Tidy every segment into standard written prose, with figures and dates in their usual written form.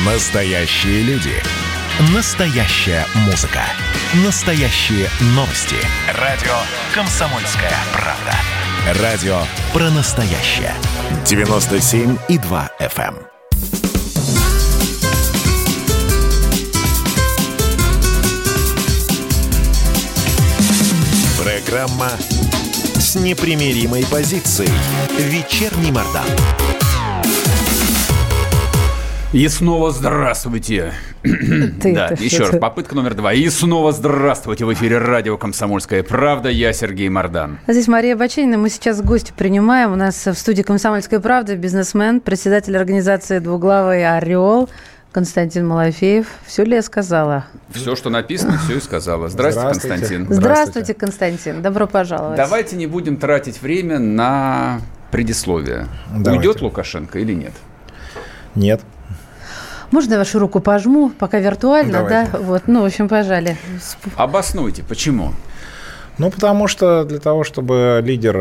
Настоящие люди. Настоящая музыка. Настоящие новости. Радио «Комсомольская правда». Радио про настоящее. 97,2 FM. Программа с непримиримой позицией. Вечерний Мардан. И снова здравствуйте. Да, еще раз, попытка номер 2. И снова здравствуйте. В эфире радио «Комсомольская правда». Я Сергей Мардан. А здесь Мария Баченина. Мы сейчас гостя принимаем. У нас в студии «Комсомольская правда» бизнесмен, председатель организации «Двуглавый орел» Константин Малафеев. Все ли я сказала? Все, что написано, все и сказала. Здравствуйте, Константин. Здравствуйте, Константин. Добро пожаловать. Давайте не будем тратить время на предисловие. Давайте. Уйдет Лукашенко или нет? Нет. Можно я вашу руку пожму, пока виртуально, Давайте. да? Вот, ну, в общем, пожали. Обоснуйте, почему? Ну, потому что для того, чтобы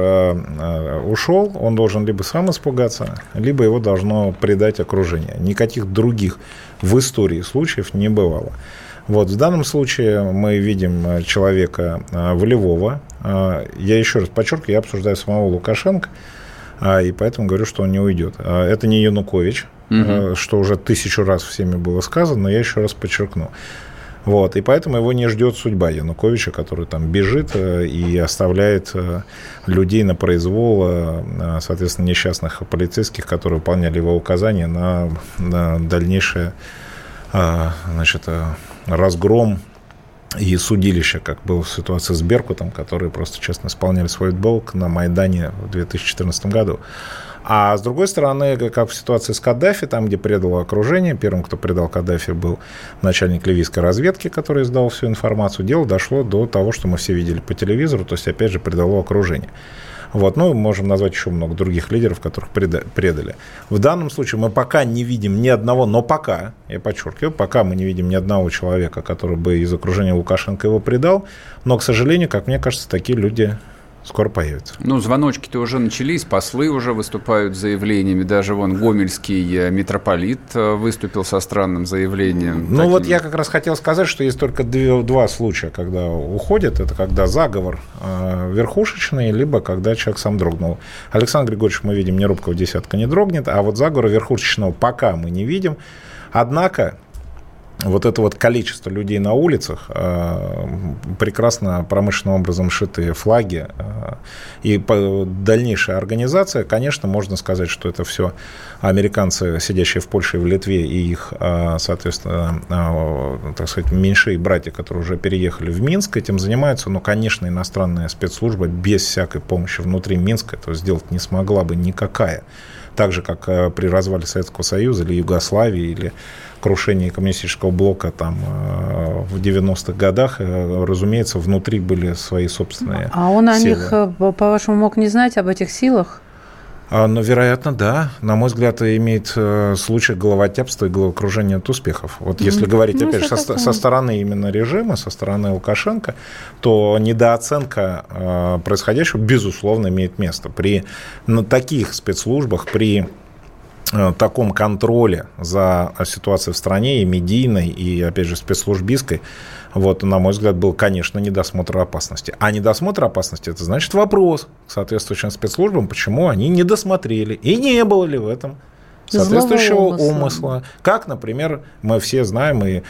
лидер ушел, он должен либо сам испугаться, либо его должно предать окружение. Никаких других в истории случаев не бывало. Вот, в данном случае мы видим человека волевого. Я еще раз подчеркиваю, я обсуждаю самого Лукашенко, и поэтому говорю, что он не уйдет. Это не Янукович, что уже 1000 раз всеми было сказано, но я еще раз подчеркну. Вот, и поэтому его не ждет судьба Януковича, который там бежит и оставляет людей на произвол, соответственно, несчастных полицейских, которые выполняли его указания на дальнейшее, значит, разгром и судилище, как было в ситуации с Беркутом, которые просто честно исполняли свой долг на Майдане в 2014 году. А с другой стороны, как в ситуации с Каддафи, там, где предало окружение, первым, кто предал Каддафи, был начальник ливийской разведки, который сдал всю информацию. Дело дошло до того, что мы все видели по телевизору, то есть, опять же, предало окружение. Вот. Ну, можем назвать еще много других лидеров, которых предали. В данном случае мы пока не видим ни одного, но пока, я подчеркиваю, пока мы не видим ни одного человека, который бы из окружения Лукашенко его предал, но, к сожалению, как мне кажется, такие люди скоро появятся. Ну, звоночки-то уже начались, послы уже выступают с заявлениями, даже вон гомельский митрополит выступил со странным заявлением. Ну, вот я как раз хотел сказать, что есть только два случая, когда уходят. Это когда заговор верхушечный, либо когда человек сам дрогнул. Александр Григорьевич, мы видим, ни робкого десятка не дрогнет, а вот заговора верхушечного пока мы не видим. Однако вот это вот количество людей на улицах, прекрасно промышленным образом шитые флаги и дальнейшая организация, конечно, можно сказать, что это все американцы, сидящие в Польше и в Литве, и их, соответственно, так сказать, меньшие братья, которые уже переехали в Минск, этим занимаются, но, конечно, иностранная спецслужба без всякой помощи внутри Минска этого сделать не смогла бы никакая. Так же, как при развале Советского Союза или Югославии, или крушении коммунистического блока там, в 90-х годах, разумеется, внутри были свои собственные силы. А он о них, по-вашему, мог не знать, об этих силах? Ну, вероятно, да. На мой взгляд, имеет случай головотяпства и головокружения от успехов. Вот если говорить, опять же, со стороны именно режима, со стороны Лукашенко, то недооценка происходящего, безусловно, имеет место. При таких спецслужбах, при таком контроле за ситуацией в стране, и медийной, и, опять же, спецслужбистской, вот, на мой взгляд, был, конечно, недосмотр опасности. А недосмотр опасности – это значит вопрос к соответствующим спецслужбам, почему они не досмотрели, и не было ли в этом соответствующего умысла. Как, например, мы все знаем и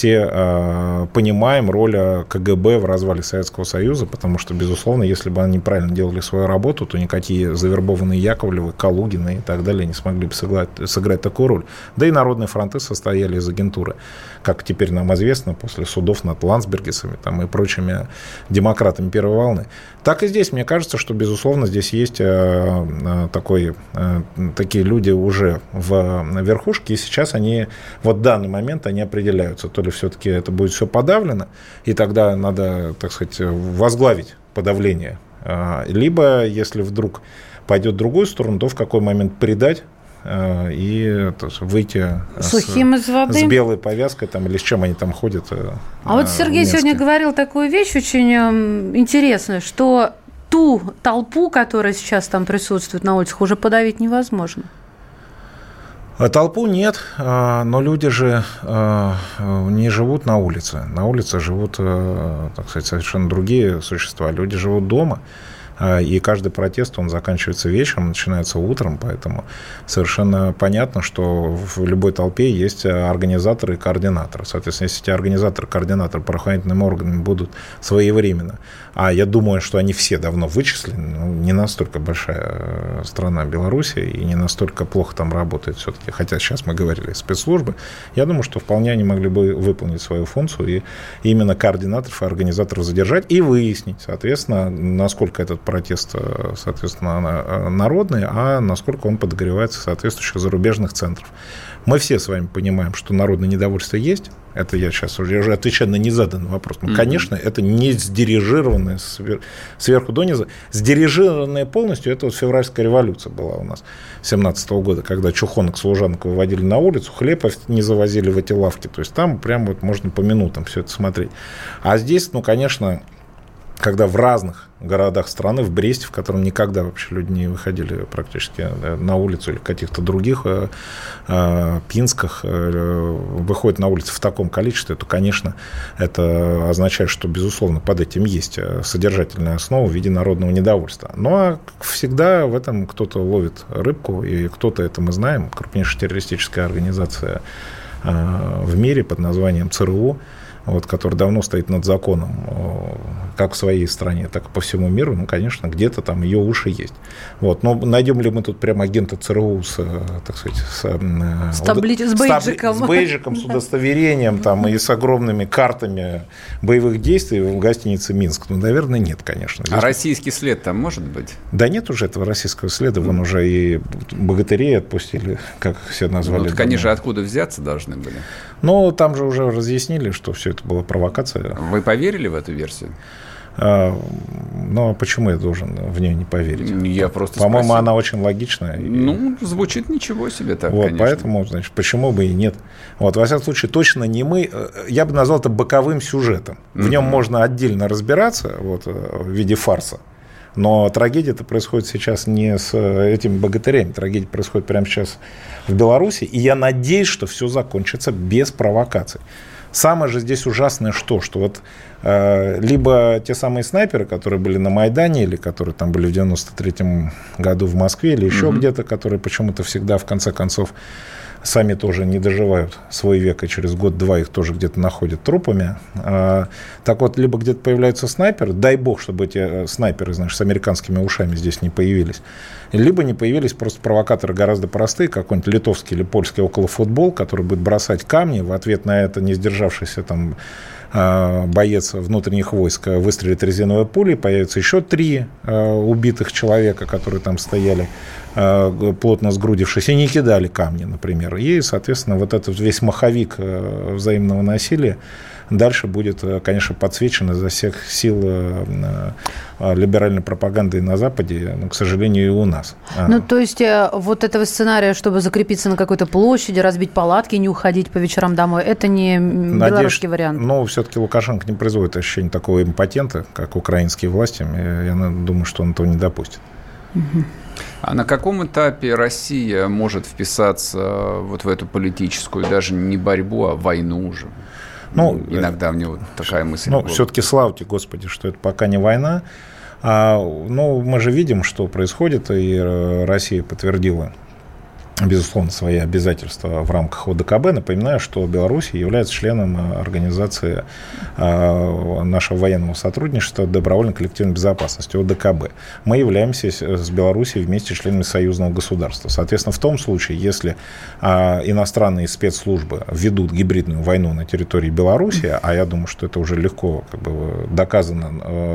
все понимаем роль КГБ в развале Советского Союза, потому что, безусловно, если бы они правильно делали свою работу, то никакие завербованные Яковлевы, Калугины и так далее не смогли бы сыграть такую роль. Да и народные фронты состояли из агентуры, как теперь нам известно, после судов над Ландсбергисами там, и прочими демократами первой волны. Так и здесь, мне кажется, что, безусловно, здесь есть такие люди уже в верхушке, и сейчас они, вот в данный момент, они определяются, то ли все-таки это будет все подавлено, и тогда надо, так сказать, возглавить подавление, либо, если вдруг пойдет в другую сторону, то в какой момент предать и выйти сухим из воды, с белой повязкой там, или с чем они там ходят. А вот Сергей сегодня говорил такую вещь очень интересную, что ту толпу, которая сейчас там присутствует на улицах, уже подавить невозможно. Толпу нет, но люди же не живут на улице. На улице живут, так сказать, совершенно другие существа. Люди живут дома. И каждый протест, он заканчивается вечером, начинается утром, поэтому совершенно понятно, что в любой толпе есть организаторы и координаторы. Соответственно, если эти организаторы, координаторы правоохранительными органами будут своевременно, а я думаю, что они все давно вычислены, не настолько большая страна Белоруссия и не настолько плохо там работает все-таки, хотя сейчас мы говорили спецслужбы, я думаю, что вполне они могли бы выполнить свою функцию и именно координаторов и организаторов задержать и выяснить, соответственно, насколько этот протест, соответственно, народный, а насколько он подогревается соответствующих зарубежных центров. Мы все с вами понимаем, что народное недовольство есть. Это я сейчас уже отвечаю на незаданный вопрос. Ну, конечно, это не сдирижированное сверху донизу. Сдирижированное полностью, это вот февральская революция была у нас 17 года, когда чухонок, служанок выводили на улицу, хлеб не завозили в эти лавки. То есть там прям вот можно по минутам все это смотреть. А здесь, ну, конечно, когда в разных городах страны, в Бресте, в котором никогда вообще люди не выходили практически на улицу, или каких-то других Пинсках выходят на улицу в таком количестве, то, конечно, это означает, что, безусловно, под этим есть содержательная основа в виде народного недовольства. Но всегда в этом кто-то ловит рыбку, и кто-то, это мы знаем, крупнейшая террористическая организация в мире под названием ЦРУ, вот, который давно стоит над законом, как в своей стране, так и по всему миру, ну, конечно, где-то там ее уши есть. Вот. Но найдем ли мы тут прямо агента ЦРУ с, так сказать, с бейджиком, с удостоверением там, и с огромными картами боевых действий в гостинице «Минск»? Ну, наверное, нет, конечно. Здесь... А российский след там может быть? Да нет уже этого российского следа, вон уже и богатырей отпустили, как все назвали. Ну, так они же откуда взяться должны были? Ну, там же уже разъяснили, что все это была провокация. Вы поверили в эту версию? Ну, а почему я должен в нее не поверить? Я просто По-моему, спросил. она очень логичная. Ну, звучит ничего себе так, вот, конечно. Поэтому, значит, почему бы и нет. Вот, во всяком случае, точно не мы. Я бы назвал это боковым сюжетом. В нем можно отдельно разбираться, вот, в виде фарса. Но трагедия-то происходит сейчас не с этими богатырями. Трагедия происходит прямо сейчас в Беларуси. И я надеюсь, что все закончится без провокаций. Самое же здесь ужасное что вот либо те самые снайперы, которые были на Майдане, или которые там были в 93-м году в Москве, или еще где-то, которые почему-то всегда, в конце концов, сами тоже не доживают свой век, и через год-два их тоже где-то находят трупами. Так вот, либо где-то появляются снайперы, дай бог, чтобы эти снайперы, знаешь, с американскими ушами здесь не появились, либо не появились просто провокаторы гораздо простые, какой-нибудь литовский или польский околофутбол, который будет бросать камни, в ответ на это не сдержавшийся там боец внутренних войск выстрелит резиновой пулей, появится еще 3 убитых человека, которые там стояли, плотно сгрудившись, и не кидали камни, например. И, соответственно, вот этот весь маховик взаимного насилия дальше будет, конечно, подсвечен изо всех сил либеральной пропагандой на Западе, но, к сожалению, и у нас. Ну, то есть вот этого сценария, чтобы закрепиться на какой-то площади, разбить палатки, не уходить по вечерам домой, это не белорусский вариант? Ну, все-таки Лукашенко не производит ощущение такого импотента, как украинские власти. Я думаю, что он этого не допустит. А на каком этапе Россия может вписаться вот в эту политическую, даже не борьбу, а войну уже? Ну, иногда мне вот такая мысль. Ну, все-таки славьте, Господи, что это пока не война. Ну, мы же видим, что происходит, и Россия подтвердила, безусловно, свои обязательства в рамках ОДКБ. Напоминаю, что Беларусь является членом организации нашего военного сотрудничества добровольной коллективной безопасности, ОДКБ. Мы являемся с Беларусью вместе членами союзного государства. Соответственно, в том случае, если иностранные спецслужбы ведут гибридную войну на территории Беларуси, а я думаю, что это уже легко доказано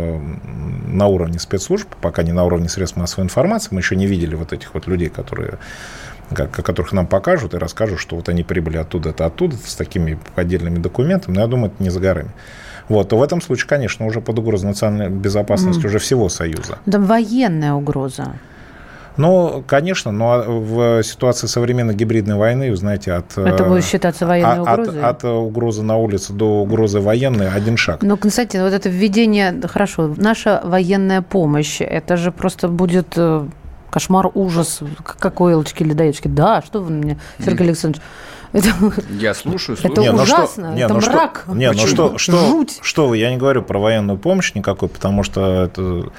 на уровне спецслужб, пока не на уровне средств массовой информации, мы еще не видели вот этих вот людей, которых нам покажут и расскажут, что вот они прибыли оттуда-то, с такими поддельными документами, но я думаю, это не за горами. Вот, то в этом случае, конечно, уже под угрозой национальной безопасности уже всего Союза. Да, военная угроза. Ну, конечно, но в ситуации современной гибридной войны, знаете, это будет считаться военной угрозой? От угрозы на улице до угрозы военной один шаг. Ну, Константин, вот это введение, хорошо, наша военная помощь, это же просто будет Кошмар, ужас, какой елочки-ледоечки. Да, что вы мне, Сергей Александрович? Я слушаю. Это ужасно, это мрак. Жуть. Что вы, я не говорю про военную помощь никакой, потому что это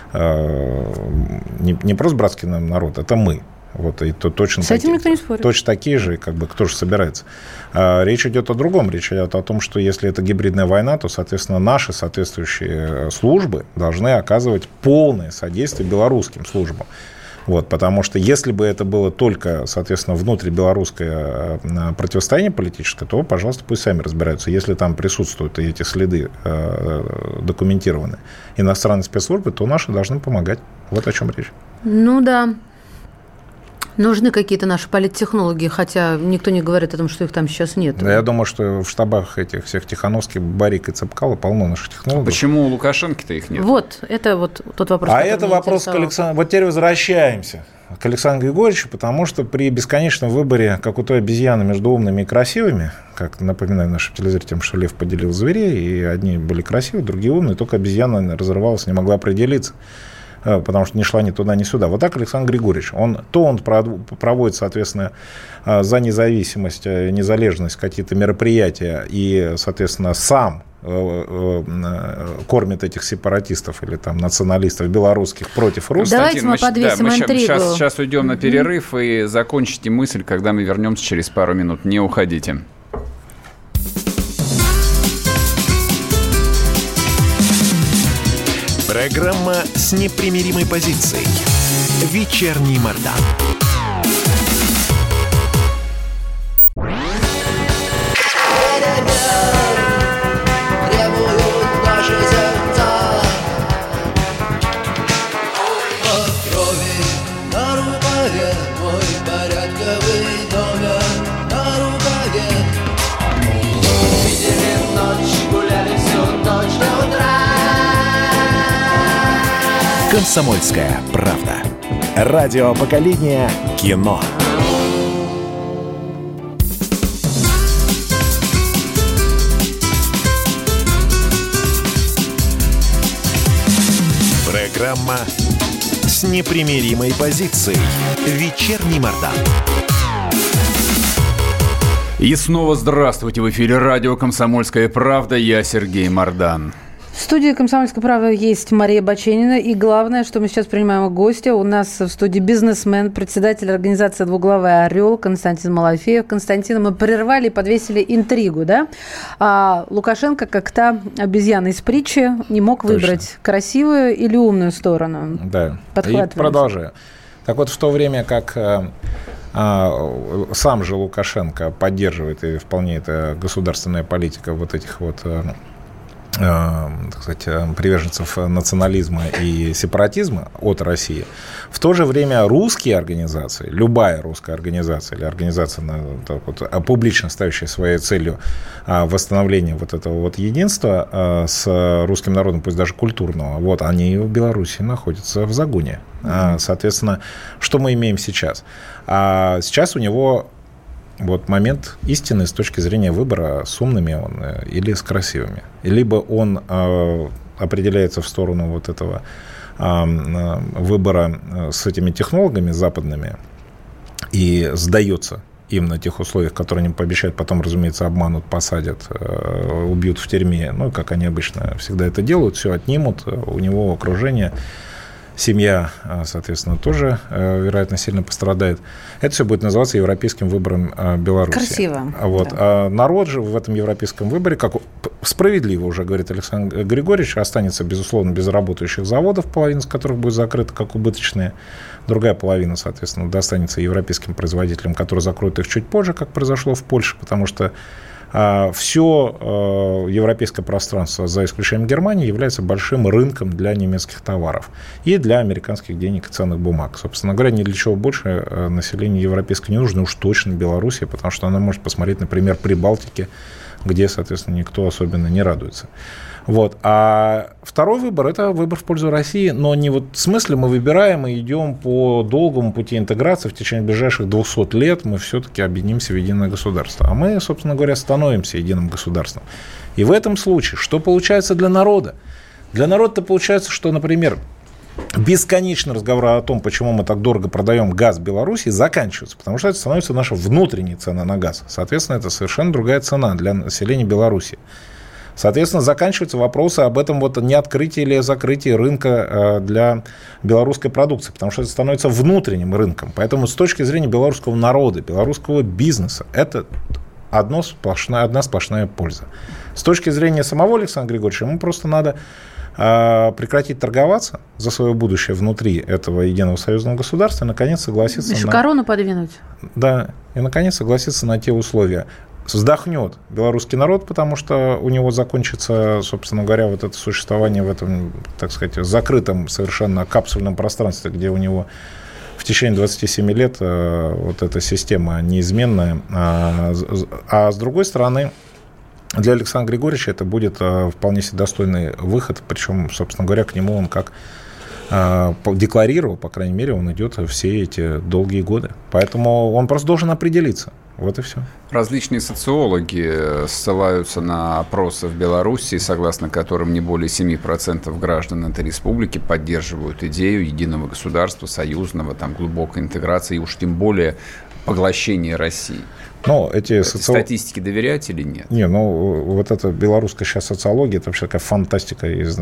не просто братский народ, это мы. Вот, и то, точно с этим никто не спорит. Точно такие же, как бы, кто же собирается. Речь идет о другом. Речь идет о том, что если это гибридная война, то, соответственно, наши соответствующие службы должны оказывать полное содействие белорусским службам. Вот, потому что если бы это было только, соответственно, внутрибелорусское противостояние политическое, то, пожалуйста, пусть сами разбираются. Если там присутствуют эти следы документированы иностранные спецслужбы, то наши должны помогать. Вот о чем речь. Ну да. Нужны какие-то наши политтехнологи, хотя никто не говорит о том, что их там сейчас нет. Да, я думаю, что в штабах этих всех Тихановских, Барик и Цепкало полно наших технологов. Почему у Лукашенко-то их нет? Вот, это вот тот вопрос. А это вопрос к Александру. Вот теперь возвращаемся к Александру Григорьевичу, потому что при бесконечном выборе, как у той обезьяны, между умными и красивыми, как напоминаю нашим телезрителям, что лев поделил зверей, и одни были красивые, другие умные, только обезьяна разрывалась, не могла определиться, потому что не шла ни туда, ни сюда. Вот так Александр Григорьевич. Он проводит, соответственно, за независимость, незалежность какие-то мероприятия и, соответственно, сам кормит этих сепаратистов или там националистов белорусских против русских. Давайте мы подвесим интригу. Сейчас уйдем на перерыв и закончите мысль, когда мы вернемся через пару минут. Не уходите. Программа с непримиримой позицией. Вечерний Мордан. «Комсомольская правда». Радио поколения кино. Программа с непримиримой позицией. Вечерний Мордан. И снова здравствуйте. В эфире радио «Комсомольская правда». Я Сергей Мордан. В студии «Комсомольской правды» есть Мария Баченина. И главное, что мы сейчас принимаем гостя. У нас в студии бизнесмен, председатель организации «Двуглавый орел» Константин Малафеев. Константина мы прервали и подвесили интригу, да? А Лукашенко, как та обезьяна из притчи, не мог выбрать красивую или умную сторону. Да, и продолжаю. Так вот, в то время как сам же Лукашенко поддерживает, и вполне это государственная политика вот этих вот, так сказать, приверженцев национализма и сепаратизма от России, в то же время русские организации, любая русская организация или организация, так вот, публично ставящая своей целью восстановление вот этого вот единства с русским народом, пусть даже культурного, вот, они в Беларуси находятся в загоне. Соответственно, что мы имеем сейчас? Сейчас у него вот момент истины с точки зрения выбора, с умными он или с красивыми. Либо он определяется в сторону вот этого выбора с этими технологами западными и сдается им на тех условиях, которые они пообещают, потом, разумеется, обманут, посадят, убьют в тюрьме, ну, как они обычно всегда это делают, все отнимут, у него окружение, семья, соответственно, тоже, вероятно, сильно пострадает. Это все будет называться европейским выбором Беларуси. Красиво. Вот. Да. А народ же в этом европейском выборе, как справедливо уже говорит Александр Григорьевич, останется, безусловно, без работающих заводов, половина из которых будет закрыта как убыточные. Другая половина, соответственно, достанется европейским производителям, которые закроют их чуть позже, как произошло в Польше, потому что все европейское пространство, за исключением Германии, является большим рынком для немецких товаров и для американских денег и ценных бумаг. Собственно говоря, ни для чего больше населению европейское не нужно, уж точно Белоруссия, потому что она может посмотреть, например, Прибалтике, где, соответственно, никто особенно не радуется. Вот. А второй выбор – это выбор в пользу России, но не вот в смысле мы выбираем и идем по долгому пути интеграции, в течение ближайших 200 лет мы все-таки объединимся в единое государство. А мы, собственно говоря, становимся единым государством. И в этом случае что получается для народа? Для народа получается, что, например, бесконечный разговор о том, почему мы так дорого продаем газ в Беларуси, заканчивается, потому что это становится наша внутренняя цена на газ. Соответственно, это совершенно другая цена для населения Беларуси. Соответственно, заканчиваются вопросы об этом вот не открытии или закрытии рынка для белорусской продукции, потому что это становится внутренним рынком. Поэтому с точки зрения белорусского народа, белорусского бизнеса, это одна сплошная польза. С точки зрения самого Александра Григорьевича, ему просто надо прекратить торговаться за свое будущее внутри этого единого союзного государства и, наконец, согласиться еще корону подвинуть. Да, и, наконец, согласиться на те условия. Вздохнет белорусский народ, потому что у него закончится, собственно говоря, вот это существование в этом, так сказать, закрытом совершенно капсульном пространстве, где у него в течение 27 лет вот эта система неизменная. А с другой стороны, для Александра Григорьевича это будет вполне себе достойный выход, причем, собственно говоря, к нему он как декларировал, по крайней мере, он идет все эти долгие годы. Поэтому он просто должен определиться. Вот и все. Различные социологи ссылаются на опросы в Беларуси, согласно которым не более 7% граждан этой республики поддерживают идею единого государства, союзного, там, глубокой интеграции, и уж тем более поглощения России. Но эти статистике доверять или нет? Не, ну вот эта белорусская сейчас социология, это вообще такая фантастика из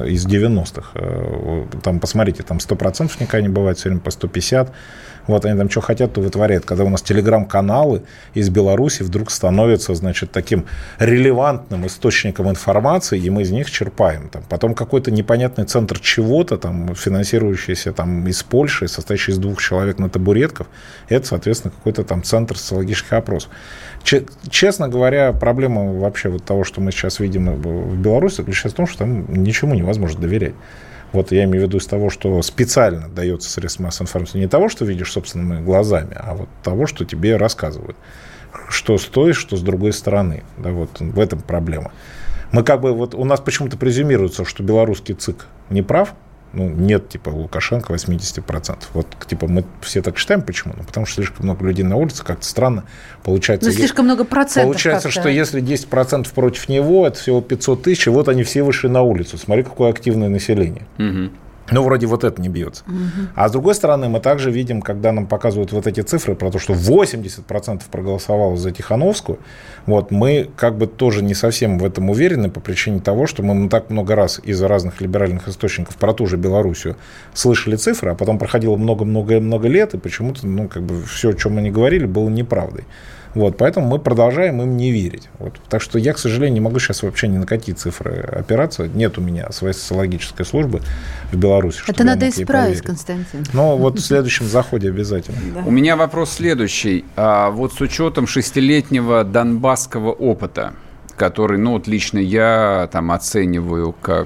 90-х. Там, посмотрите, там 100% никогда не бывает, все время по 150%. Вот они там что хотят, то вытворяют. Когда у нас телеграм-каналы из Беларуси вдруг становятся, значит, таким релевантным источником информации, и мы из них черпаем. Там, потом какой-то непонятный центр чего-то, там, финансирующийся там, из Польши, состоящий из 2 человек на табуретках, это, соответственно, какой-то там центр социологических опросов. Честно говоря, проблема вообще вот того, что мы сейчас видим в Беларуси, заключается в том, что там ничему невозможно доверять. Вот я имею в виду из того, что специально дается средства массовой информации. Не того, что видишь собственными глазами, а вот того, что тебе рассказывают. Что с той, что с другой стороны. Да, вот в этом проблема. Мы как бы, вот у нас почему-то презюмируется, что белорусский ЦИК не прав. Ну, нет, типа, Лукашенко 80%. Вот, типа, мы все так считаем. Почему? Ну, потому что слишком много людей на улице, как-то странно. Получается, слишком много процентов. Получается, что если 10% против него, это всего 500 тысяч, и вот они все вышли на улицу. Смотри, какое активное население. Угу. Ну, вроде вот это не бьется. Угу. А с другой стороны, мы также видим, когда нам показывают вот эти цифры про то, что 80% проголосовало за Тихановскую, вот, мы как бы тоже не совсем в этом уверены по причине того, что мы так много раз из разных либеральных источников про ту же Белоруссию слышали цифры, а потом проходило много-много-много лет, и почему-то, ну, как бы все, о чем мы не говорили, было неправдой. Вот, поэтому мы продолжаем им не верить. Вот. Так что я, к сожалению, не могу сейчас вообще ни на какие цифры опираться. Нет у меня своей социологической службы в Беларуси. Это надо исправить, Константин. Но вот в следующем заходе обязательно. У меня вопрос следующий. Вот с учетом 6-летнего донбасского опыта, который, ну, вот лично я там оцениваю как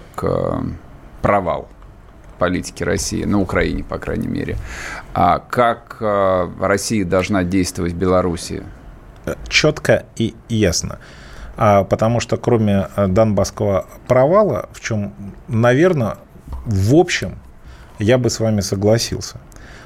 провал политики России, на Украине, по крайней мере. А как Россия должна действовать в Беларуси? Четко и ясно. Потому что кроме донбасского провала, в чем, наверное, в общем, я бы с вами согласился.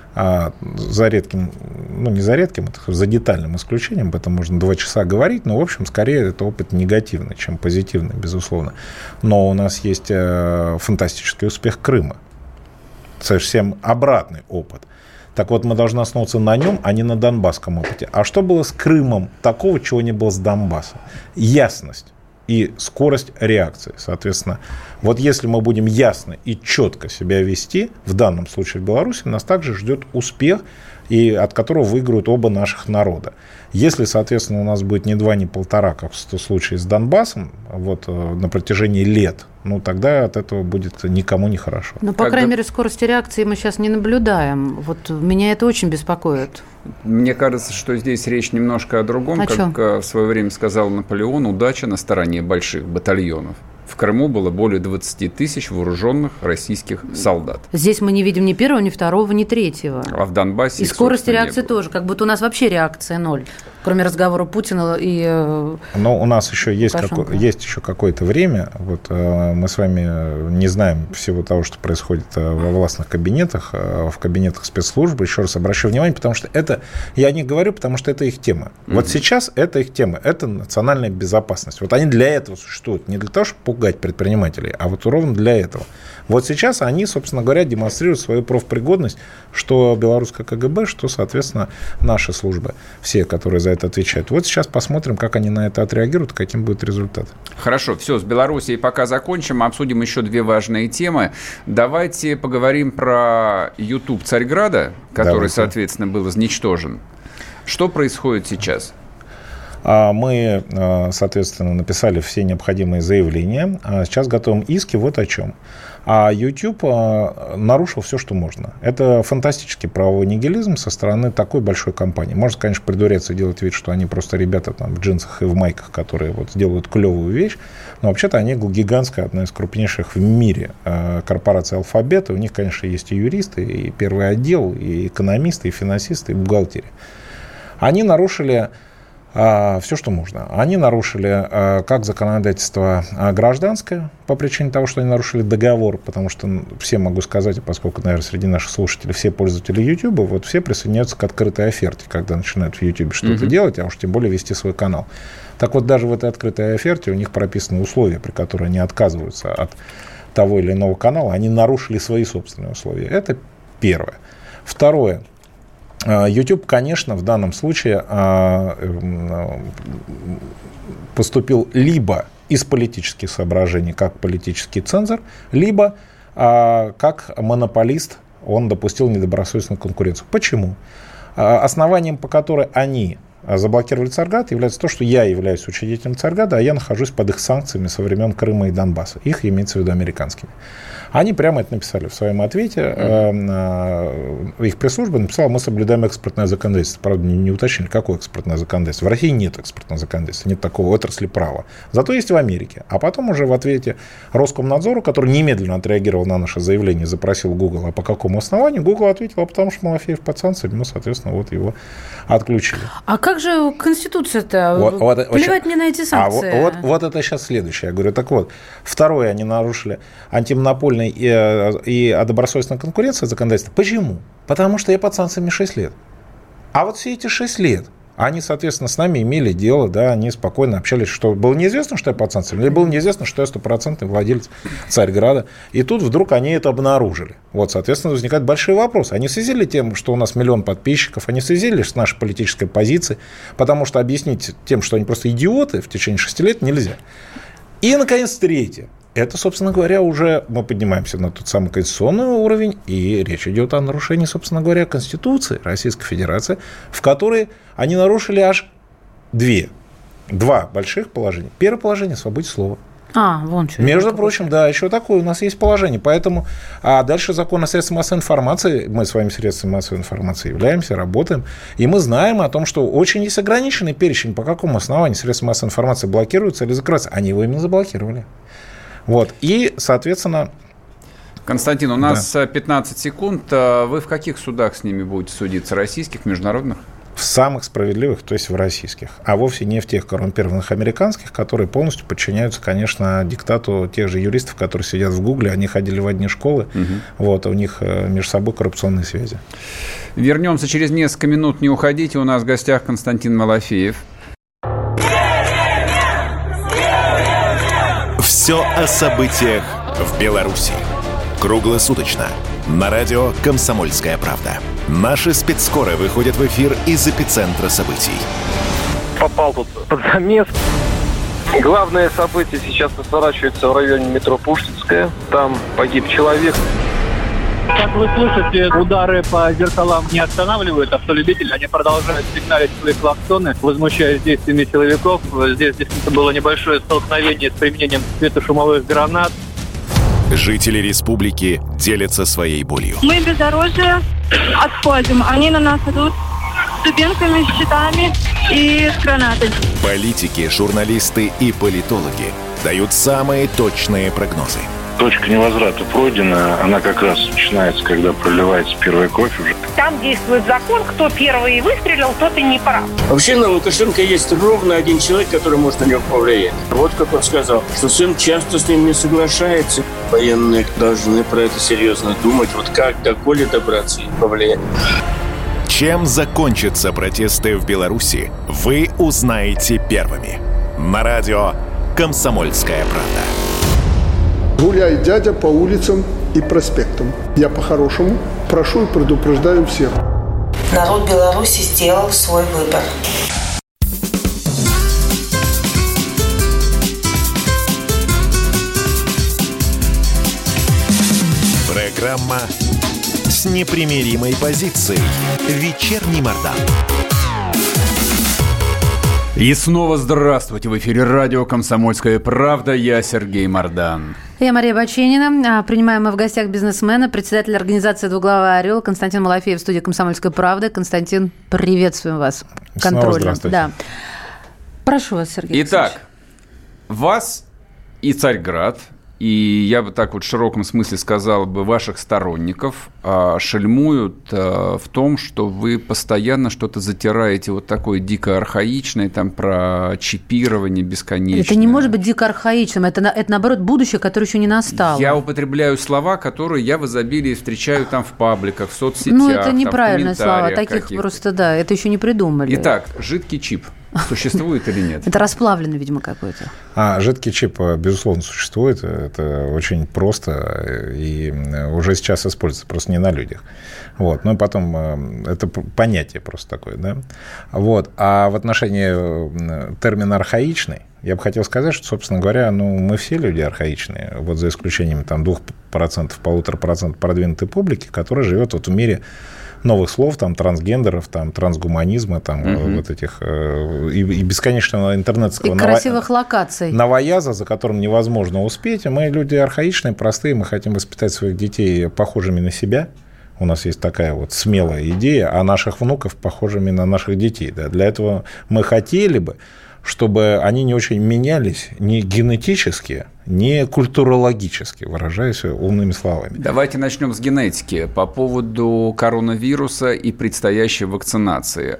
За редким, ну не за редким, это за детальным исключением, об этом можно 2 часа говорить, но в общем скорее это опыт негативный, чем позитивный, безусловно. Но у нас есть фантастический успех Крыма. Совсем обратный опыт. Так вот, мы должны основываться на нем, а не на донбасском опыте. А что было с Крымом такого, чего не было с Донбассом? Ясность и скорость реакции. Соответственно, вот если мы будем ясно и четко себя вести, в данном случае в Беларуси, нас также ждет успех, и от которого выиграют оба наших народа. Если, соответственно, у нас будет не 2, не 1,5, как в случае с Донбассом, вот, на протяжении лет, ну, тогда от этого будет никому не хорошо. Но, по крайней мере, скорости реакции мы сейчас не наблюдаем. Вот меня это очень беспокоит. Мне кажется, что здесь речь немножко о другом. Как в свое время сказал Наполеон, удача на стороне больших батальонов. В Крыму было более 20 тысяч вооруженных российских солдат. Здесь мы не видим ни первого, ни второго, ни третьего. А в Донбассе и скорости реакции тоже. Как будто у нас вообще реакция 0. Кроме разговора Путина и... Но у нас еще есть еще какое-то время. Вот мы с вами не знаем всего того, что происходит во властных кабинетах, в кабинетах спецслужб. Еще раз обращу внимание, потому что это... Я не говорю, потому что это их тема. Вот сейчас это их тема. Это национальная безопасность. Вот они для этого существуют. Не для того, чтобы пугать предпринимателей, а вот ровно для этого. Вот сейчас они, собственно говоря, демонстрируют свою профпригодность, что белорусское КГБ, что, соответственно, наши службы, все, которые за это отвечают. Вот сейчас посмотрим, как они на это отреагируют, каким будет результат. Хорошо, все, с Белоруссией пока закончим, обсудим еще две важные темы. Давайте поговорим про YouTube Царьграда, который, соответственно, был изничтожен. Что происходит сейчас? Мы, соответственно, написали все необходимые заявления. Сейчас готовим иски вот о чем. А YouTube нарушил все, что можно. Это фантастический правовой нигилизм со стороны такой большой компании. Можно, конечно, придуряться и делать вид, что они просто ребята там, в джинсах и в майках, которые вот сделают клевую вещь. Но вообще-то они гигантская, одна из крупнейших в мире корпораций алфабета. У них, конечно, есть и юристы, и первый отдел, и экономисты, и финансисты, и бухгалтерия. Они нарушили... все, что можно. Они нарушили как законодательство гражданское по причине того, что они нарушили договор, потому что всем могу сказать, поскольку, наверное, среди наших слушателей все пользователи YouTube, вот все присоединяются к открытой оферте, когда начинают в YouTube что-то делать, а уж тем более вести свой канал. Так вот, даже в этой открытой оферте у них прописаны условия, при которых они отказываются от того или иного канала, они нарушили свои собственные условия. Это первое. Второе. YouTube, конечно, в данном случае поступил либо из политических соображений, как политический цензор, либо как монополист, он допустил недобросовестную конкуренцию. Почему? Основанием, по которой они заблокировали Царьград, является то, что я являюсь учредителем Царьграда, а я нахожусь под их санкциями со времен Крыма и Донбасса. Их имеется в виду американскими. Они прямо это написали в своем ответе. Их пресс-служба написала: мы соблюдаем экспортное законодательство. Правда, не уточнили, какое экспортное законодательство. В России нет экспортного законодательства, нет такого отрасли права. Зато есть в Америке. А потом уже в ответе Роскомнадзору, который немедленно отреагировал на наше заявление, запросил Google, а по какому основанию, Google ответил: а потому что Малафеев под санкциями, мы, соответственно, вот его отключили. А как же Конституция-то? Плевать мне на эти санкции. Вот это сейчас следующее. Я говорю, так вот, второе, они нарушили антимонопольное и добросовестная конкуренция законодательства. Почему? Потому что я под санкциями 6 лет. А вот все эти 6 лет они, соответственно, с нами имели дело, да, они спокойно общались, что было неизвестно, что я под санкциями, или было неизвестно, что я стопроцентный владелец Царьграда. И тут вдруг они это обнаружили. Вот, соответственно, возникают большие вопросы. Они в связи ли тем, что у нас 1 миллион подписчиков, они в связи ли с нашей политической позицией, потому что объяснить тем, что они просто идиоты в течение 6 лет, нельзя. И, наконец, третье. Это, собственно говоря, уже мы поднимаемся на тот самый конституционный уровень, и речь идет о нарушении, собственно говоря, Конституции Российской Федерации, в которой они нарушили аж два больших положения. Первое положение – свободе слова. Вон что. Между прочим, да, еще такое у нас есть положение. Поэтому, дальше закон о средствах массовой информации. Мы с вами средствами массовой информации являемся, работаем. И мы знаем о том, что очень есть ограниченный перечень, по какому основанию средства массовой информации блокируются или закрываются. Они его именно заблокировали. Вот. И, соответственно... Константин, у нас 15 секунд. Вы в каких судах с ними будете судиться? Российских, международных? В самых справедливых, то есть в российских. А вовсе не в тех коррумпированных американских, которые полностью подчиняются, конечно, диктату тех же юристов, которые сидят в Гугле. Они ходили в одни школы. Вот, у них между собой коррупционные связи. Вернемся через несколько минут. Не уходите. У нас в гостях Константин Малафеев. Все о событиях в Беларуси. Круглосуточно. На радио «Комсомольская правда». Наши спецскоры выходят в эфир из эпицентра событий. Попал тут под замес. Главное событие сейчас разворачивается в районе метро Пушкинская. Там погиб человек. Как вы слышите, удары по зеркалам не останавливают автолюбителей. Они продолжают сигналить свои клаксоны, возмущаясь действиями силовиков. Здесь действительно было небольшое столкновение с применением светошумовых гранат. Жители республики делятся своей болью. Мы бездорожье отходим. Они на нас идут с дубинками, с щитами и с гранатами. Политики, журналисты и политологи дают самые точные прогнозы. Точка невозврата пройдена. Она как раз начинается, когда проливается первая кровь уже. Там действует закон, кто первый выстрелил, тот и не прав. Вообще на Лукашенко есть ровно один человек, который может на него повлиять. Вот как он сказал, что сын часто с ним не соглашается. Военные должны про это серьезно думать. Вот как до Коли добраться и повлиять. Чем закончатся протесты в Беларуси, вы узнаете первыми. На радио «Комсомольская правда». Гуляй, дядя, по улицам и проспектам. Я по-хорошему прошу и предупреждаю всех. Народ Беларуси сделал свой выбор. Программа с непримиримой позицией. Вечерний Мордан. И снова здравствуйте. В эфире радио «Комсомольская правда». Я Сергей Мордан. Я Мария Баченина. Принимаем мы в гостях бизнесмена, председателя организации «Двуглавый орел» Константин Малафеев в студии «Комсомольской правды». Константин, приветствуем вас. Снова здравствуйте. Да. Прошу вас, Сергей. Итак, вас и Царьград, и я бы так вот в широком смысле сказал бы, ваших сторонников шельмуют в том, что вы постоянно что-то затираете вот такое дико архаичное, там про чипирование бесконечное. Это не может быть дико архаичным, это наоборот будущее, которое еще не настало. Я употребляю слова, которые я в изобилии встречаю там в пабликах, в соцсетях. Ну, это неправильные слова, таких каких-то. Просто, да, это еще не придумали. Итак, жидкий чип существует или нет? Это расплавленный, видимо, какой-то. Жидкий чип, безусловно, существует. Это очень просто и уже сейчас используется, просто не на людях. Вот. Ну, и потом, это понятие просто такое, да. Вот. А в отношении термина «архаичный» я бы хотел сказать, что, собственно говоря, мы все люди архаичные, вот за исключением там 2%, 1,5% продвинутой публики, которая живет вот в мире новых слов, там, трансгендеров, там, трансгуманизма, там, вот этих, и бесконечного интернетского... И красивых локаций. Новояза, за которым невозможно успеть. Мы люди архаичные, простые, мы хотим воспитать своих детей похожими на себя. У нас есть такая вот смелая идея, а наших внуков похожими на наших детей. Да. Для этого мы хотели бы, чтобы они не очень менялись ни генетически, ни культурологически, выражаясь умными словами. Давайте начнем с генетики. По поводу коронавируса и предстоящей вакцинации.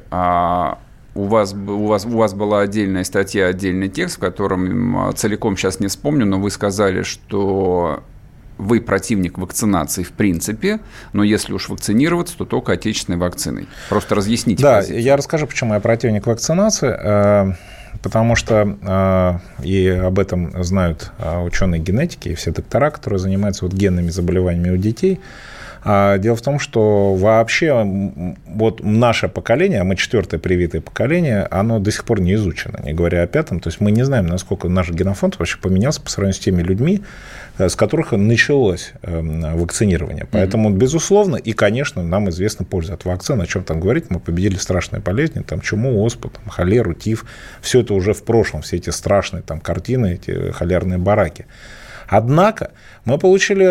У вас была отдельная статья, отдельный текст, в котором целиком сейчас не вспомню, но вы сказали, что вы противник вакцинации в принципе, но если уж вакцинироваться, то только отечественной вакциной. Просто разъясните. Да, позицию. я расскажу, почему я противник вакцинации. Потому что и об этом знают ученые генетики и все доктора, которые занимаются вот генными заболеваниями у детей. Дело в том, что вообще вот наше поколение, а мы 4-е привитое поколение, оно до сих пор не изучено, не говоря о 5-м. То есть мы не знаем, насколько наш генофонд вообще поменялся по сравнению с теми людьми, с которых началось вакцинирование. Поэтому, безусловно, и, конечно, нам известна польза от вакцин. О чем там говорить? Мы победили страшные болезни, там, чуму, оспу, там, холеру, тиф. Все это уже в прошлом, все эти страшные там, картины, эти холерные бараки. Однако мы получили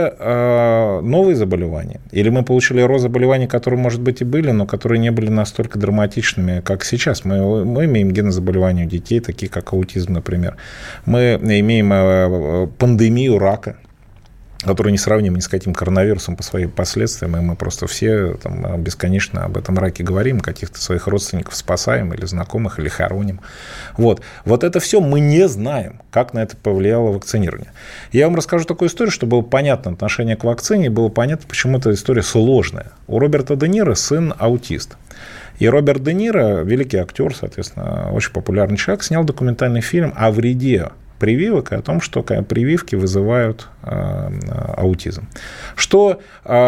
новые заболевания, или мы получили рост заболеваний, которые, может быть, и были, но которые не были настолько драматичными, как сейчас. Мы имеем генозаболевания у детей, такие как аутизм, например. Мы имеем пандемию рака, который несравним ни с каким коронавирусом по своим последствиям, и мы просто все там, бесконечно об этом раке говорим, каких-то своих родственников спасаем или знакомых, или хороним. Вот это все мы не знаем, как на это повлияло вакцинирование. Я вам расскажу такую историю, чтобы было понятно отношение к вакцине, и было понятно, почему эта история сложная. У Роберта Де Ниро сын аутист. И Роберт Де Ниро, великий актер, соответственно, очень популярный человек, снял документальный фильм о вреде прививок и о том, что прививки вызывают аутизм. Что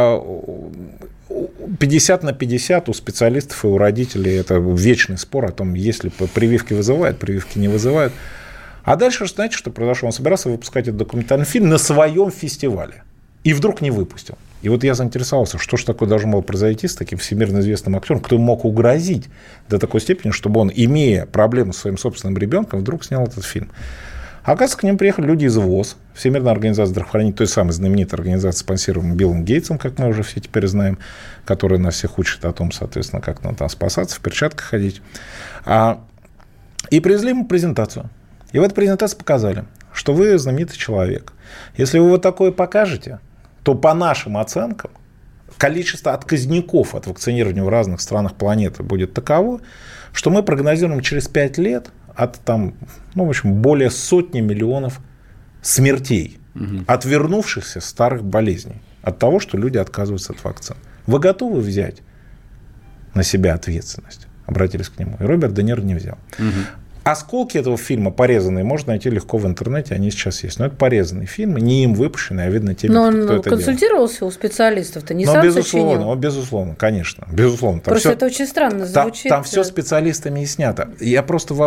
50/50 у специалистов и у родителей это вечный спор о том, если прививки вызывают, прививки не вызывают. А дальше, знаете, что произошло? Он собирался выпускать этот документальный фильм на своем фестивале. И вдруг не выпустил. И вот я заинтересовался, что же такое должно было произойти с таким всемирно известным актером, кто мог угрозить до такой степени, чтобы он, имея проблему с своим собственным ребенком, вдруг снял этот фильм. Оказывается, к ним приехали люди из ВОЗ, Всемирная организация здравоохранения, той самой знаменитой организации, спонсированной Биллом Гейтсом, как мы уже все теперь знаем, которая нас всех учит о том, соответственно, как надо там спасаться, в перчатках ходить. И привезли ему презентацию. И в этой презентации показали, что вы знаменитый человек. Если вы вот такое покажете, то по нашим оценкам количество отказников от вакцинирования в разных странах планеты будет таково, что мы прогнозируем через 5 лет от более сотни миллионов смертей, от вернувшихся старых болезней, от того, что люди отказываются от вакцин. Вы готовы взять на себя ответственность? Обратились к нему. И Роберт Де Ниро не взял. Осколки этого фильма порезанные можно найти легко в интернете, они сейчас есть. Но это порезанные фильмы, не им выпущенные, а видно теми, кто это делал. Но он консультировался у специалистов-то, не сам сочинил? Безусловно, конечно. Безусловно. Просто это очень странно звучит. Там все специалистами и снято. Я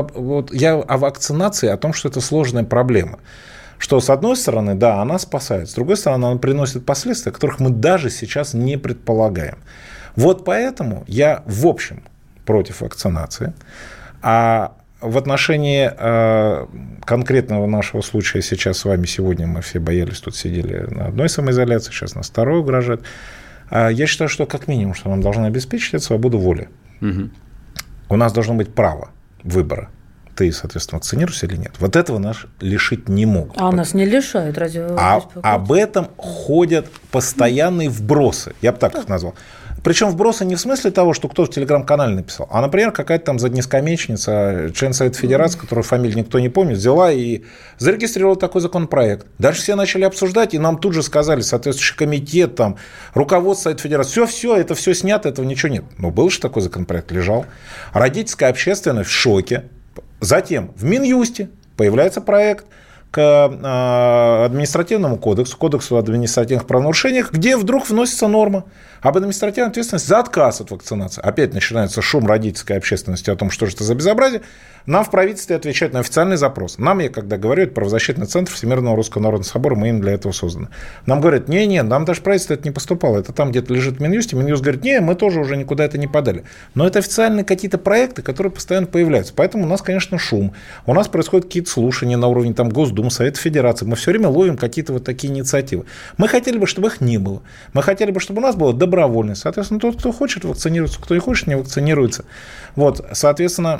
о вакцинации, о том, что это сложная проблема. Что, с одной стороны, да, она спасает, с другой стороны, она приносит последствия, которых мы даже сейчас не предполагаем. Вот поэтому я, в общем, против вакцинации. А в отношении конкретного нашего случая сейчас с вами сегодня мы все боялись, тут сидели на одной самоизоляции, сейчас нас второй угрожает. Я считаю, что как минимум, что нам должны обеспечить, это свободу воли. У нас должно быть право выбора. Ты, соответственно, вакцинируешься или нет. Вот этого нас лишить не могут. А нас не лишают, разве вы об этом ходят постоянные вбросы. Я бы так их назвал. Причем вбросы не в смысле того, что кто-то в телеграм-канале написал, а, например, какая-то там заднескомечница, член Совета Федерации, которую фамилию никто не помнит, взяла и зарегистрировала такой законопроект. Дальше все начали обсуждать, и нам тут же сказали, соответствующий комитет, там, руководство Совета Федерации, все, это все снято, этого ничего нет. Но был же такой законопроект, лежал. Родительская общественность в шоке. Затем в Минюсте появляется проект к административному кодексу, кодексу об административных правонарушениях, где вдруг вносится норма об административной ответственности за отказ от вакцинации. Опять начинается шум родительской общественности о том, что же это за безобразие. Нам в правительстве отвечают на официальный запрос. Нам, я когда говорю, это правозащитный центр Всемирного Русского Народного Собора, мы им для этого созданы. Нам говорят, не, нам даже правительство это не поступало, это там где-то лежит в Минюсте. Минюст говорит, мы тоже уже никуда это не подали. Но это официальные какие-то проекты, которые постоянно появляются. Поэтому у нас, конечно, шум. У нас происходят какие-то слушания на уровне Госдумы, Совета Федерации. Мы все время ловим какие-то вот такие инициативы. Мы хотели бы, чтобы их не было. Мы хотели бы, чтобы у нас было добровольность. Соответственно, тот, кто хочет, вакцинируется, кто не хочет, не вакцинируется. Вот, соответственно,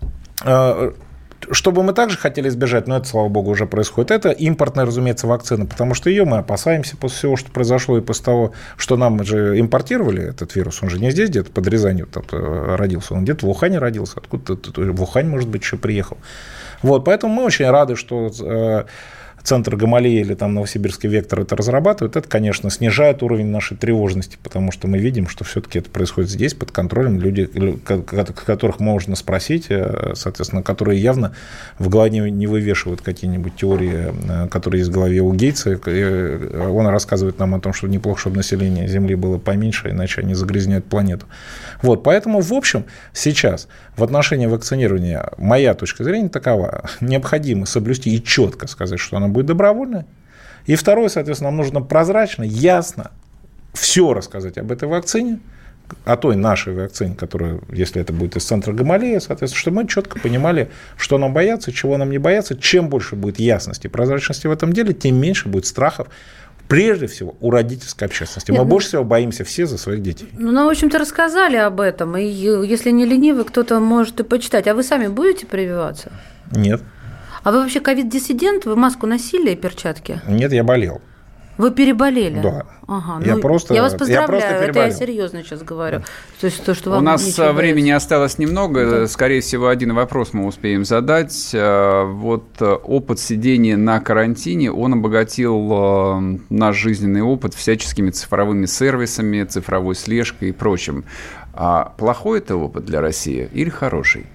что бы мы также хотели избежать, но это, слава богу, уже происходит, это импортная, разумеется, вакцина, потому что ее мы опасаемся после всего, что произошло, и после того, что нам же импортировали этот вирус, он же не здесь где-то под Рязанью родился, он где-то в Ухане родился, откуда-то в Ухань, может быть, еще приехал. Вот, поэтому мы очень рады, что Центр Гамалеи или там Новосибирский вектор это разрабатывает, это, конечно, снижает уровень нашей тревожности, потому что мы видим, что все-таки это происходит здесь, под контролем, люди, которых можно спросить, соответственно, которые явно в голове не вывешивают какие-нибудь теории, которые есть в голове у Гейтса. Он рассказывает нам о том, что неплохо, чтобы население Земли было поменьше, иначе они загрязняют планету. Вот, поэтому, в общем, сейчас в отношении вакцинирования моя точка зрения такова: необходимо соблюсти и четко сказать, что она будет добровольная. И второе, соответственно, нам нужно прозрачно, ясно все рассказать об этой вакцине, о той нашей вакцине, которая, если это будет из центра Гамалеи, соответственно, чтобы мы четко понимали, что нам бояться, чего нам не бояться. Чем больше будет ясности и прозрачности в этом деле, тем меньше будет страхов, прежде всего, у родительской общественности. Мы больше всего боимся все за своих детей. Ну, в общем-то, рассказали об этом. И если не ленивый, кто-то может и почитать. А вы сами будете прививаться? Нет. А вы вообще ковид-диссидент? Вы маску носили и перчатки? Нет, я болел. Вы переболели? Да. Ага, я вас поздравляю, это я серьезно сейчас говорю. То есть, то, что вам у нас времени осталось немного, да. Скорее всего, один вопрос мы успеем задать. Вот опыт сидения на карантине, он обогатил наш жизненный опыт всяческими цифровыми сервисами, цифровой слежкой и прочим. А плохой это опыт для России или хороший?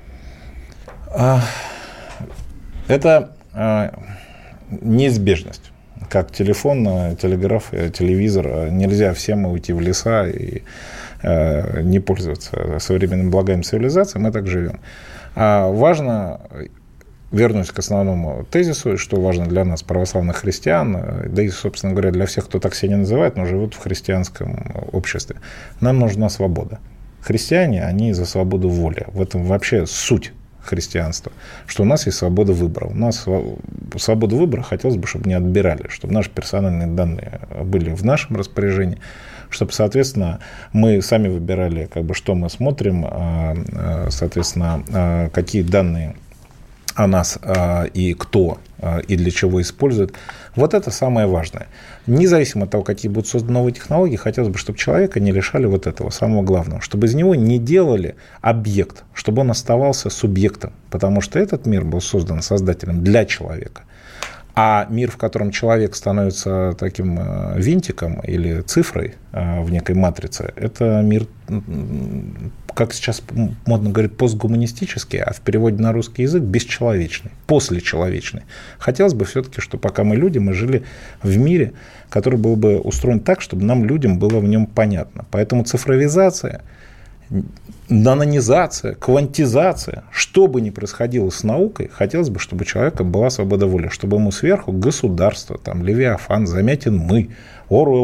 Это неизбежность. Как телефон, телеграф, телевизор. Нельзя всем уйти в леса и не пользоваться современными благами цивилизации. Мы так живем. Важно, вернусь к основному тезису, что важно для нас, православных христиан, да и, собственно говоря, для всех, кто так себя не называет, но живут в христианском обществе. Нам нужна свобода. Христиане, они за свободу воли. В этом вообще суть христианства, что у нас есть свобода выбора. У нас свободу выбора хотелось бы, чтобы не отбирали, чтобы наши персональные данные были в нашем распоряжении, чтобы, соответственно, мы сами выбирали, что мы смотрим, соответственно, какие данные о нас и кто и для чего использует. Вот это самое важное. Независимо от того, какие будут созданы новые технологии, хотелось бы, чтобы человека не лишали вот этого самого главного. Чтобы из него не делали объект, чтобы он оставался субъектом. Потому что этот мир был создан создателем для человека. А мир, в котором человек становится таким винтиком или цифрой в некой матрице, это мир, как сейчас модно говорить, постгуманистический, а в переводе на русский язык бесчеловечный, послечеловечный. Хотелось бы все-таки, что пока мы люди, мы жили в мире, который был бы устроен так, чтобы нам, людям, было в нем понятно. Поэтому цифровизация, нанонизация, квантизация, что бы ни происходило с наукой, хотелось бы, чтобы у человека была свобода воли, чтобы ему сверху государство, там, Левиафан, Замятин мы, Оруэлл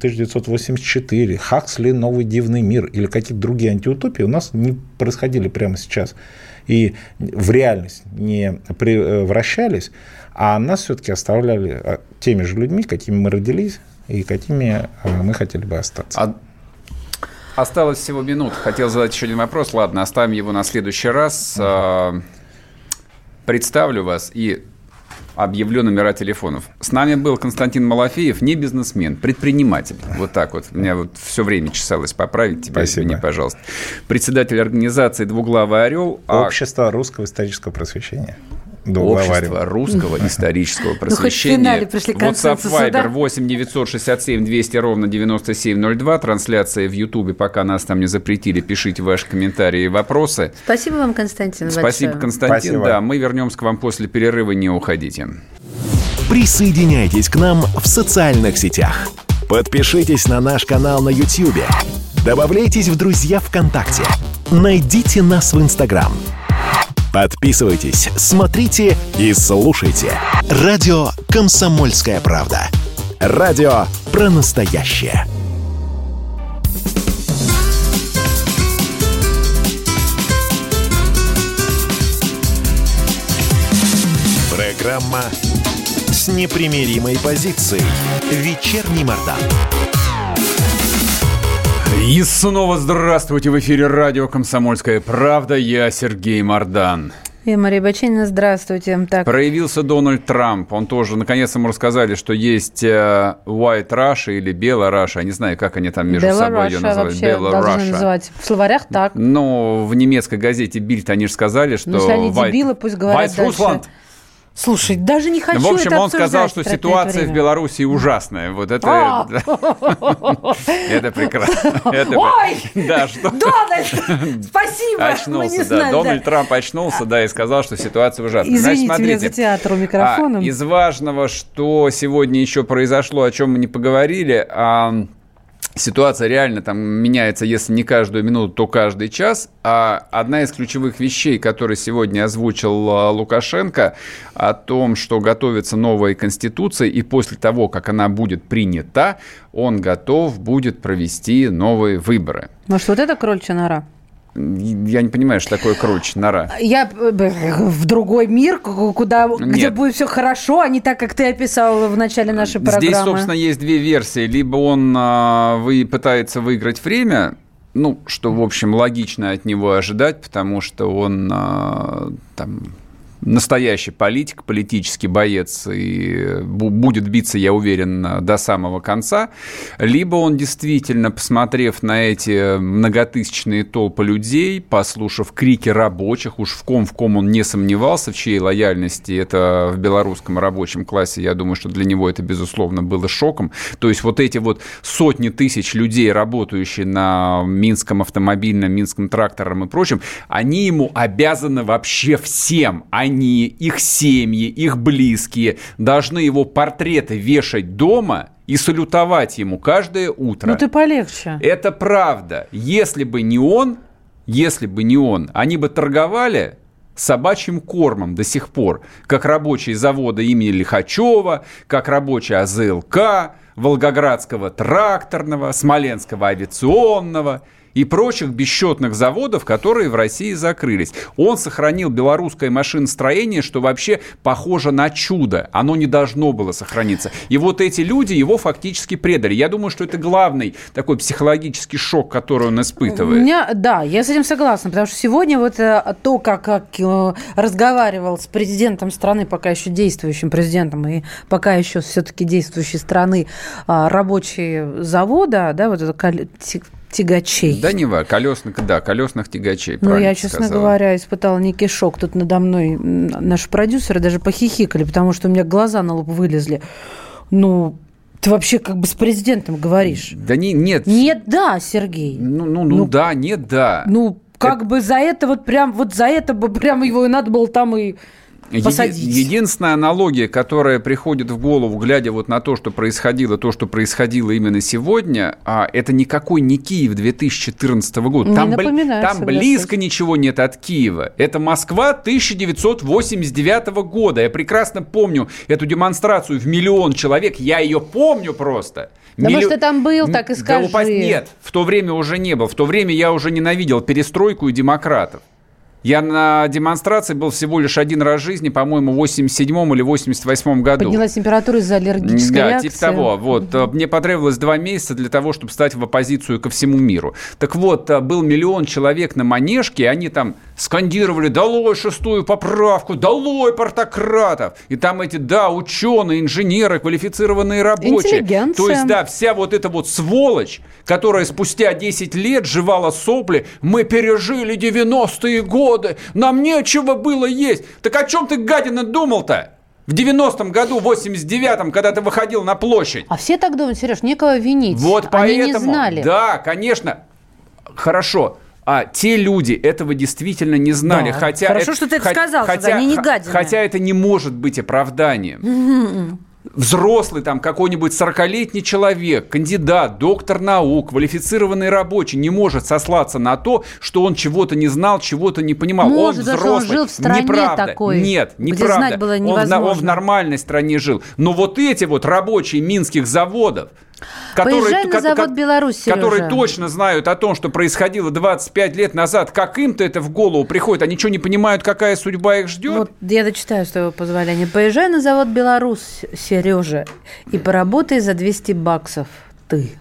1984, Хаксли «Новый дивный мир» или какие-то другие антиутопии у нас не происходили прямо сейчас и в реальность не превращались, а нас все-таки оставляли теми же людьми, какими мы родились и какими мы хотели бы остаться. Осталось всего минут. Хотел задать еще один вопрос. Ладно, оставим его на следующий раз. Представлю вас и объявлю номера телефонов. С нами был Константин Малафеев, не бизнесмен, предприниматель. Вот так вот. У меня вот все время чесалось поправить тебя. Спасибо. Извини, пожалуйста. Председатель организации «Двуглавый орел». Общество русского исторического просвещения. Общество русского исторического просвещения. WhatsApp Viber 8 967 200 ровно 9702. Трансляция в Ютубе, пока нас там не запретили. Пишите ваши комментарии и вопросы. Спасибо вам, Константин. Спасибо, Константин. Спасибо. Да, мы вернемся к вам после перерыва. Не уходите. Присоединяйтесь к нам в социальных сетях. Подпишитесь на наш канал на YouTube. Добавляйтесь в друзья ВКонтакте. Найдите нас в Инстаграм. Подписывайтесь, смотрите и слушайте. Радио «Комсомольская правда». Радио про настоящее. Программа с непримиримой позицией. Вечерний Мардан. И снова здравствуйте. В эфире радио «Комсомольская правда». Я Сергей Мардан. И Мария Баченина, здравствуйте. Так. Проявился Дональд Трамп. Он тоже, наконец, ему рассказали, что есть White Russia или Белая Russia. Я не знаю, как они там между собой ее называют. Белая Russia называть. В словарях так. Но в немецкой газете «Бильд» они же сказали, что... Если они дебилы, пусть говорят дальше. Слушай, даже не хочу это обсуждать. В общем, он сказал, что ситуация в Беларуси ужасная. Вот это... Это прекрасно. Ой! Дональд! Спасибо! Очнулся, да. Дональд Трамп очнулся, да, и сказал, что ситуация ужасная. Извините меня за театр у микрофона. Из важного, что сегодня еще произошло, о чем мы не поговорили, ситуация реально там меняется, если не каждую минуту, то каждый час. А одна из ключевых вещей, которые сегодня озвучил Лукашенко, о том, что готовится новая конституция, и после того, как она будет принята, он готов будет провести новые выборы. Может, вот это крольчья нора? Я не понимаю, что такое крольчья нора. Я в другой мир, где будет все хорошо, а не так, как ты описал в начале нашей программы. Здесь, собственно, есть две версии. Либо он пытается выиграть время, что, в общем, логично от него ожидать, потому что он настоящий политик, политический боец и будет биться, я уверен, до самого конца. Либо он действительно, посмотрев на эти многотысячные толпы людей, послушав крики рабочих, уж в ком он не сомневался, в чьей лояльности, это в белорусском рабочем классе, я думаю, что для него это, безусловно, было шоком. То есть вот эти вот сотни тысяч людей, работающие на Минском автомобильном, Минском тракторном и прочем, они ему обязаны вообще всем. Они, их семьи, их близкие должны его портреты вешать дома и салютовать ему каждое утро. Ты полегче. Это правда. Если бы не он, они бы торговали собачьим кормом до сих пор, как рабочие завода имени Лихачева, как рабочие АЗЛК, Волгоградского тракторного, Смоленского авиационного и прочих бесчетных заводов, которые в России закрылись. Он сохранил белорусское машиностроение, что вообще похоже на чудо. Оно не должно было сохраниться. И вот эти люди его фактически предали. Я думаю, что это главный такой психологический шок, который он испытывает. Да, я с этим согласна, потому что сегодня вот то, как разговаривал с президентом страны, пока еще действующим президентом, и пока еще все-таки действующей страны рабочие завода, да, вот это тягачей. Да, не важно, колесных тягачей. Ну, я, честно говоря, испытала некий шок. Тут надо мной наши продюсеры даже похихикали, потому что у меня глаза на лоб вылезли. Ну, ты вообще как бы с президентом говоришь. Да нет. Нет, да, Сергей. Да, нет, да. Ну, как бы за это его и надо было там и посадить. Единственная аналогия, которая приходит в голову, глядя вот на то, что происходило именно сегодня, это никакой не Киев 2014 года. Там близко ничего нет от Киева. Это Москва 1989 года. Я прекрасно помню эту демонстрацию в 1 миллион человек. Я ее помню просто. Да, может, ты там был, так и скажи. Нет, в то время уже не был. В то время я уже ненавидел перестройку и демократов. Я на демонстрации был всего лишь один раз в жизни, по-моему, в 87-м или 88-м году. Поднялась температура из-за аллергической реакции. Да, типа того. Вот. Мне потребовалось 2 месяца для того, чтобы стать в оппозицию ко всему миру. Так вот, был 1 миллион человек на Манежке, и они там скандировали: «Долой 6-ю поправку! Долой портократов!» И там эти, ученые, инженеры, квалифицированные рабочие. Интеллигенция. То есть, вся вот эта вот сволочь, которая спустя 10 лет жевала сопли: «Мы пережили 90-е годы! Нам нечего было есть!» Так о чем ты, гадина, думал-то? В 90-м году, в 89-м, когда ты выходил на площадь. А все так думают, Сереж, некого винить. Вот они поэтому, не знали. Да, конечно. Хорошо. А те люди этого действительно не знали. Да. Хотя Хорошо, что ты это сказал, они не гадины. Хотя это не может быть оправданием. Взрослый, какой-нибудь 40-летний человек, кандидат, доктор наук, квалифицированный рабочий не может сослаться на то, что он чего-то не знал, чего-то не понимал. Может, он взрослый. Он жил в стране неправда. такой, Нет, неправда. где знать было невозможно. Он в нормальной стране жил. Но вот эти вот рабочие минских заводов, поезжай на завод «Беларусь», Сережа. Которые точно знают о том, что происходило 25 лет назад, как им-то это в голову приходит, они что, не понимают, какая судьба их ждет? Вот я дочитаю, с твоего позволения. Поезжай на завод «Беларусь», Сережа, и поработай за $200 ты.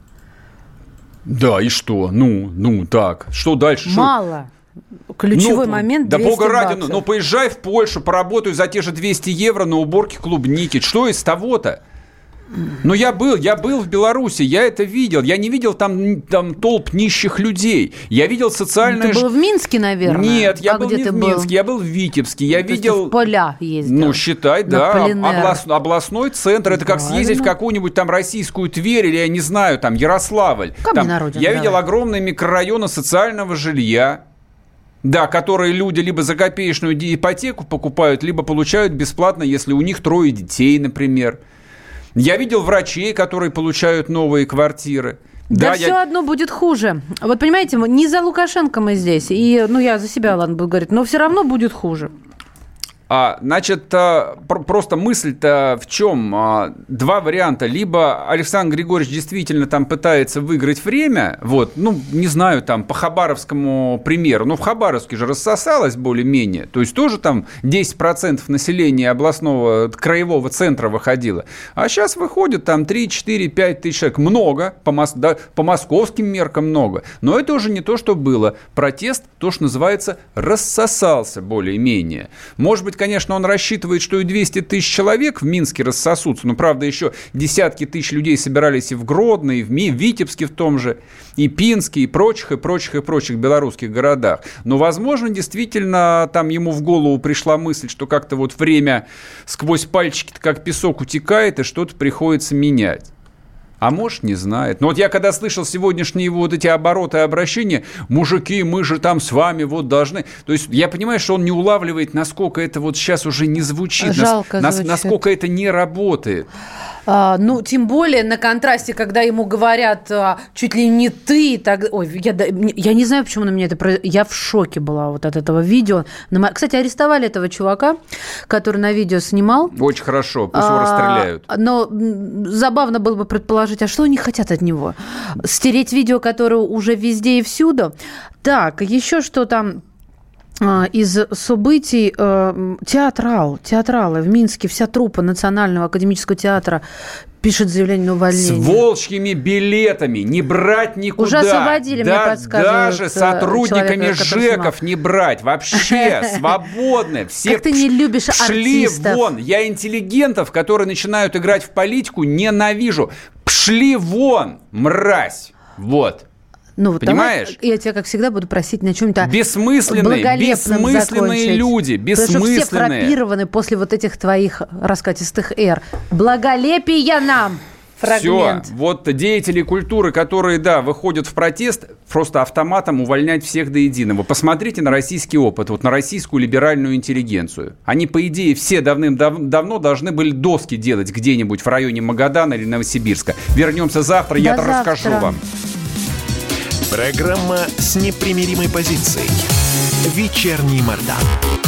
Да, и что? Так. Что дальше? Мало. Ключевой момент $200. Да бога ради, поезжай в Польшу, поработай за те же 200 евро на уборке клубники. Что из того-то? Я был в Беларуси, я это видел. Я не видел там толп нищих людей. Я видел социальное... Ты был в Минске, наверное? Нет, я был не в Минске, я был в Витебске. Я видел... в поля ездил? Считай, да. Областной центр. Это как съездить в какую-нибудь там российскую Тверь или, я не знаю, там Ярославль. Я видел огромные микрорайоны социального жилья. Да, которые люди либо за копеечную ипотеку покупают, либо получают бесплатно, если у них 3 детей, например. Я видел врачей, которые получают новые квартиры. Да, все одно будет хуже. Вот понимаете, не за Лукашенко мы здесь. И, я за себя, ладно, буду говорить, но все равно будет хуже. Значит, просто мысль-то в чем? 2 варианта. Либо Александр Григорьевич действительно там пытается выиграть время, не знаю, по хабаровскому примеру. В Хабаровске же рассосалось более-менее. То есть тоже там 10% населения областного краевого центра выходило. А сейчас выходит там 3, 4, 5 тысяч человек. Много, по московским меркам много. Но это уже не то, что было. Протест, то, что называется, рассосался более-менее. Может быть, конечно, он рассчитывает, что и 200 тысяч человек в Минске рассосутся, но, правда, еще десятки тысяч людей собирались и в Гродно, и в Витебске в том же, и Пинске, и прочих белорусских городах. Но, возможно, действительно, там ему в голову пришла мысль, что как-то вот время сквозь пальчики-то как песок утекает, и что-то приходится менять. А может, не знает. Но я когда слышал сегодняшние его эти обороты и обращения: мужики, мы же там с вами должны... То есть я понимаю, что он не улавливает, насколько это сейчас уже не звучит, Жалко звучит. Насколько это не работает. Ну, тем более на контрасте, когда ему говорят чуть ли не ты. Ой, я не знаю, почему на меня это... Я в шоке была вот от этого видео. Кстати, арестовали этого чувака, который на видео снимал. Очень хорошо, пусть его расстреляют. Но забавно было бы предположить, а что они хотят от него? Стереть видео, которое уже везде и всюду? Так, еще что там... Из событий театралы в Минске, вся труппа Национального академического театра пишет заявление на увольнение. С волчьими билетами, не брать никуда. Уже освободили, мне подсказывают. Даже сотрудниками ЖЭКов не брать. Вообще, свободны. Все как ты не любишь пшли артистов. Вон. Я интеллигентов, которые начинают играть в политику, ненавижу. Пшли вон, мразь. Вот. Ну, понимаешь? Я тебя, как всегда, буду просить на чем-то бессмысленные люди, бессмысленные. Потому что все фрапированы после вот этих твоих раскатистых эр. Благолепие нам! Фрагмент. Все, вот деятели культуры, которые, выходят в протест, просто автоматом увольнять всех до единого. Посмотрите на российский опыт, вот на российскую либеральную интеллигенцию. Они, по идее, все давным-давно должны были доски делать где-нибудь в районе Магадана или Новосибирска. Вернемся завтра, я расскажу вам. Программа с непримиримой позицией. Вечерний Мордан.